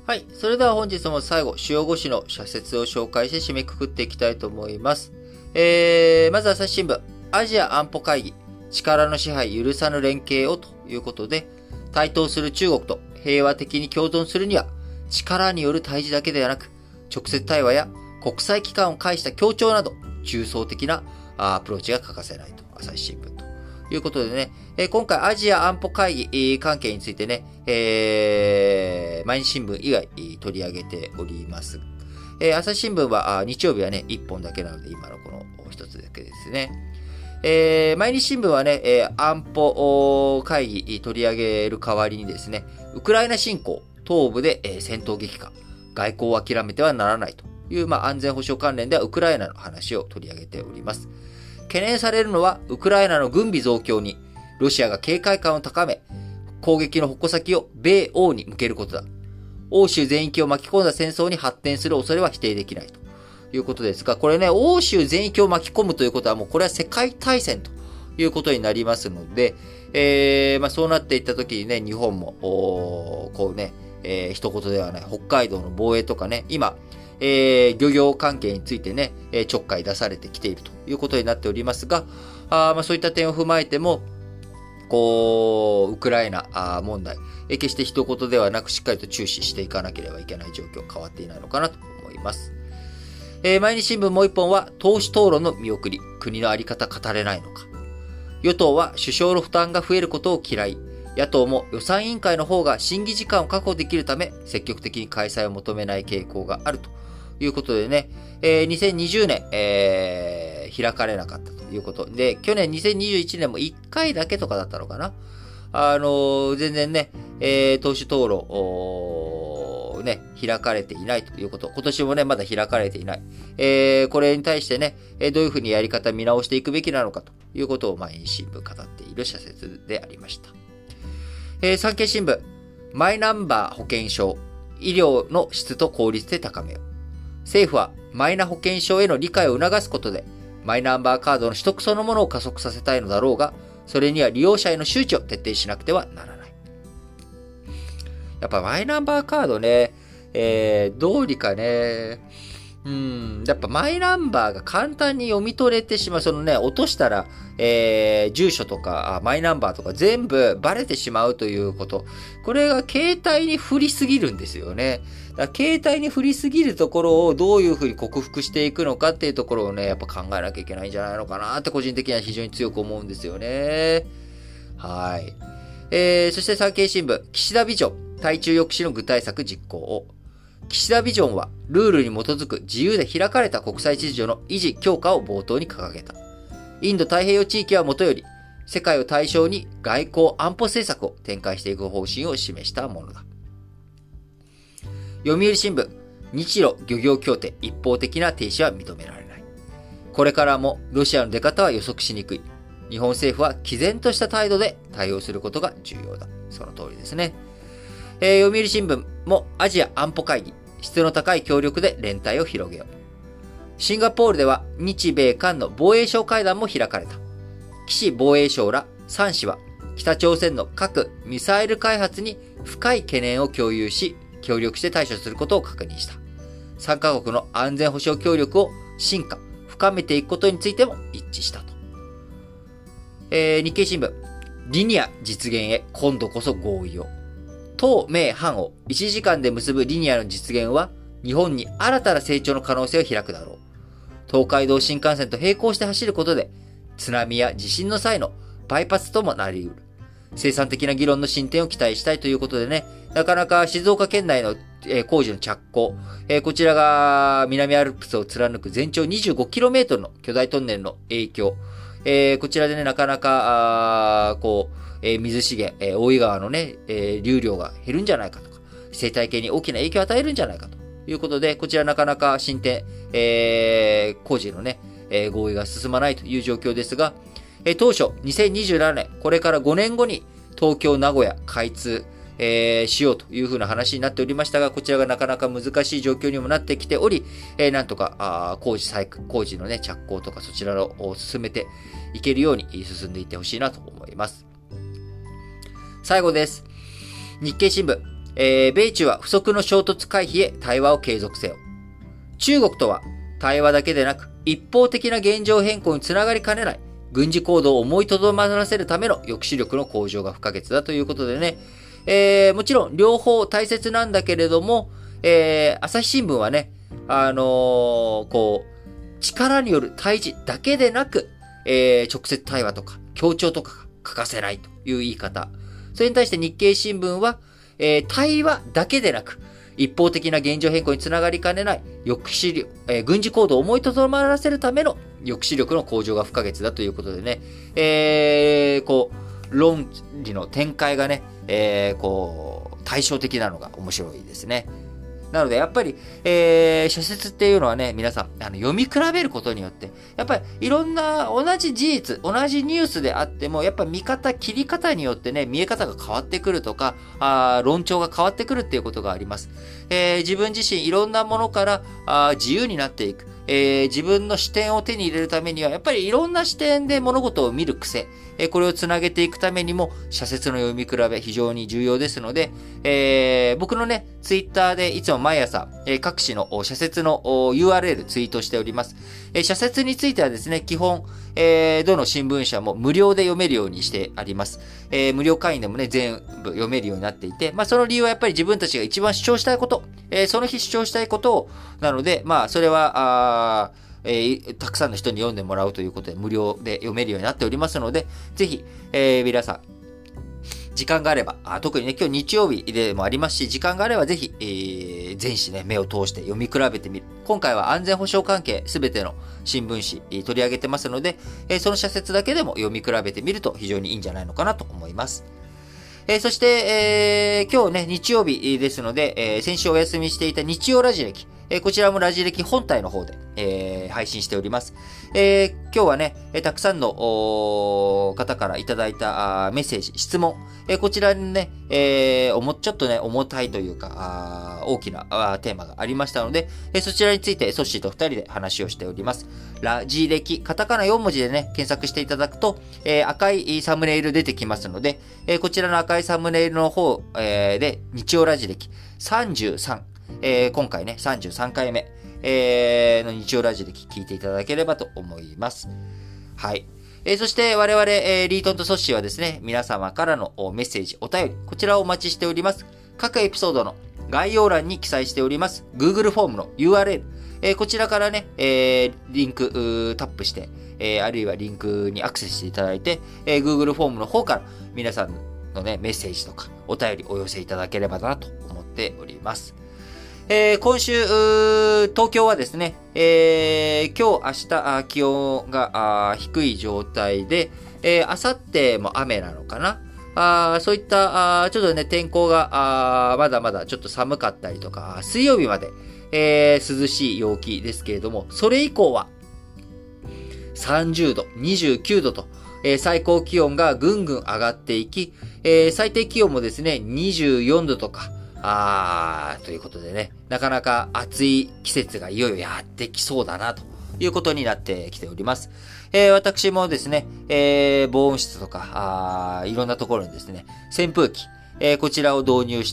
はい。それでは本日も最後、主要5紙の社説を紹介して締めくくっていきたいと思います。まず朝日新聞、アジア安保会議、力の支配許さぬ連携をということで、台頭する中国と平和的に共存するには、力による対峙だけではなく、直接対話や国際機関を介した協調など、中層的なアプローチが欠かせないと、朝日新聞ということでね、今回アジア安保会議関係についてね、毎日新聞以外取り上げております。朝日新聞は日曜日はね、1本だけなので、今のこの1つだけですね。毎日新聞はね、安保会議取り上げる代わりにですね、ウクライナ侵攻、東部で戦闘激化、外交を諦めてはならないという、安全保障関連ではウクライナの話を取り上げております。懸念されるのは、ウクライナの軍備増強に、ロシアが警戒感を高め、攻撃の矛先を米欧に向けることだ。欧州全域を巻き込んだ戦争に発展する恐れは否定できないということですが、これね、欧州全域を巻き込むということはもうこれは世界大戦ということになりますので、そうなっていった時にね、日本も、こうね、一言ではない、北海道の防衛とかね、今、漁業関係についてね、ちょっかい出されてきているということになっておりますが、そういった点を踏まえても、ウクライナ問題、決して一言ではなくしっかりと注視していかなければいけない状況変わっていないのかなと思います。毎日新聞もう一本は党首討論の見送り、国のあり方語れないのか。与党は首相の負担が増えることを嫌い、野党も予算委員会の方が審議時間を確保できるため積極的に開催を求めない傾向があるということでね、2020年、開かれなかったということで、去年2021年も1回だけとかだったのかな。全然ね、党首討論ね、開かれていないということ。今年もね、まだ開かれていない。これに対してね、どういうふうにやり方見直していくべきなのかということを毎日新聞語っている社説でありました。産経新聞、マイナンバー保険証、医療の質と効率で高めよう。政府はマイナ保険証への理解を促すことで、マイナンバーカードの取得そのものを加速させたいのだろうが、それには利用者への周知を徹底しなくてはならない。やっぱマイナンバーカードね、どうにかね、やっぱマイナンバーが簡単に読み取れてしまう。そのね、落としたら、住所とか、マイナンバーとか全部バレてしまうということ。これが携帯に振りすぎるんですよね。だから携帯に振りすぎるところをどういうふうに克服していくのかっていうところをね、やっぱ考えなきゃいけないんじゃないのかなって個人的には非常に強く思うんですよね。はい。そして産経新聞、岸田ビジョン、対中抑止の具体策実行を。岸田ビジョンは、ルールに基づく自由で開かれた国際秩序の維持強化を冒頭に掲げた。インド太平洋地域はもとより、世界を対象に外交安保政策を展開していく方針を示したものだ。読売新聞、日露漁業協定一方的な停止は認められない。これからもロシアの出方は予測しにくい。日本政府は毅然とした態度で対応することが重要だ。その通りですね。読売新聞もアジア安保会議、質の高い協力で連帯を広げよう。シンガポールでは日米韓の防衛相会談も開かれた。岸防衛相ら3氏は北朝鮮の核・ミサイル開発に深い懸念を共有し、協力して対処することを確認した。3カ国の安全保障協力を深化、深めていくことについても一致したと。日経新聞、リニア実現へ今度こそ合意を。東米韓を1時間で結ぶリニアの実現は日本に新たな成長の可能性を開くだろう。東海道新幹線と並行して走ることで津波や地震の際のバイパスともなり得る。生産的な議論の進展を期待したいということでね、なかなか静岡県内の工事の着工、こちらが南アルプスを貫く全長 25km の巨大トンネルの影響、こちらでね、なかなか、水資源、大井川のね、流量が減るんじゃないかとか、生態系に大きな影響を与えるんじゃないかということで、こちらなかなか進展、工事のね、合意が進まないという状況ですが、当初、2027年、これから5年後に東京、名古屋開通、しようというふうな話になっておりましたが、こちらがなかなか難しい状況にもなってきており、なんとか工事のね、着工とかそちらを進めていけるように進んでいってほしいなと思います。最後です。日経新聞、 米中は不測の衝突回避へ対話を継続せよ。中国とは対話だけでなく一方的な現状変更につながりかねない軍事行動を思いとどまらせるための抑止力の向上が不可欠だということでね、もちろん両方大切なんだけれども、朝日新聞はね、力による対峙だけでなく、直接対話とか協調とかが欠かせないという言い方。それに対して日経新聞は、対話だけでなく、一方的な現状変更につながりかねない抑止力、軍事行動を思いとどまらせるための抑止力の向上が不可欠だということでね、論理の展開がね、対照的なのが面白いですね。なので、やっぱり、社説っていうのはね、皆さん、読み比べることによって、やっぱりいろんな同じ事実、同じニュースであっても、やっぱ見方、切り方によってね、見え方が変わってくるとか、論調が変わってくるっていうことがあります。自分自身いろんなものから自由になっていく。自分の視点を手に入れるためには、やっぱりいろんな視点で物事を見る癖、これをつなげていくためにも、社説の読み比べ非常に重要ですので、僕のね、ツイッターでいつも毎朝、各紙の社説の URL ツイートしております。社説についてはですね、基本、どの新聞社も無料で読めるようにしてあります。無料会員でもね、全部読めるようになっていて、その理由はやっぱり自分たちが一番主張したいこと、その日主張したいことを、なので、それは、たくさんの人に読んでもらうということで無料で読めるようになっておりますので、ぜひ、皆さん、時間があれば、特にね、今日日曜日でもありますし、時間があればぜひ、全紙ね、目を通して読み比べてみる。今回は安全保障関係すべての新聞紙取り上げてますので、その社説だけでも読み比べてみると非常にいいんじゃないのかなと思います。そして、今日ね、日曜日ですので、先週お休みしていた日曜ラジ歴、こちらもラジ歴本体の方で、配信しております。今日はね、たくさんの方からいただいたメッセージ、質問、こちらにね、ちょっとね、重たいというか、大きなテーマがありましたので、そちらについてソッシーと2人で話をしております。ラジ歴、カタカナ4文字でね、検索していただくと、赤いサムネイル出てきますので、こちらの赤いサムネイルの方、で、日曜ラジ歴33、今回ね、33回目、の日曜ラジ歴聞いていただければと思います。はい。そして我々、リートンとソッシーはですね、皆様からのメッセージ、お便り、こちらをお待ちしております。各エピソードの概要欄に記載しております Google フォームの URL、こちらからね、リンクタップして、あるいはリンクにアクセスしていただいて、Google フォームの方から皆さんのね、メッセージとかお便りお寄せいただければなと思っております。今週、東京はですね、今日、明日、気温が低い状態で、明後日も雨なのかな。そういったちょっとね、天候がまだまだちょっと寒かったりとか、水曜日まで、涼しい陽気ですけれども、それ以降は30度、29度と、最高気温がぐんぐん上がっていき、最低気温もですね、24度とか、ということでね、なかなか暑い季節がいよいよやってきそうだな、ということになってきております。私もですね、防音室とか、いろんなところにですね、扇風機、こちらを導入して、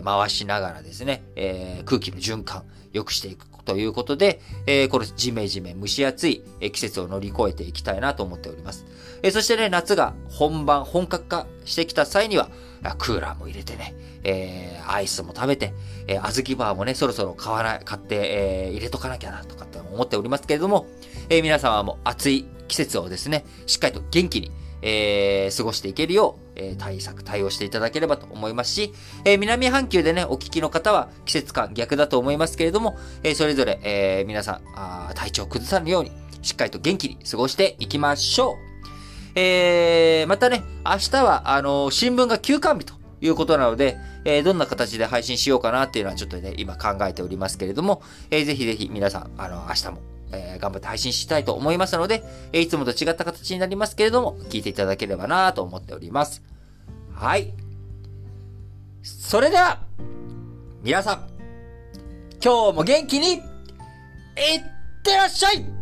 回しながらですね、空気の循環、良くしていくということで、このジメジメ蒸し暑い季節を乗り越えていきたいなと思っております。そしてね、夏が本格化してきた際には、クーラーも入れてね、アイスも食べて、小豆バーもね、そろそろ買って、入れとかなきゃなとかって思っておりますけれども、皆様も暑い季節をですね、しっかりと元気に、過ごしていけるよう、対応していただければと思いますし、南半球でね、お聞きの方は季節感逆だと思いますけれども、それぞれ、皆さん体調を崩さぬように、しっかりと元気に過ごしていきましょう。またね、明日は、新聞が休刊日ということなので、どんな形で配信しようかなっていうのはちょっとね、今考えておりますけれども、ぜひぜひ皆さん、明日も、頑張って配信したいと思いますので、いつもと違った形になりますけれども、聞いていただければなと思っております。はい。それでは、皆さん、今日も元気に、いってらっしゃい。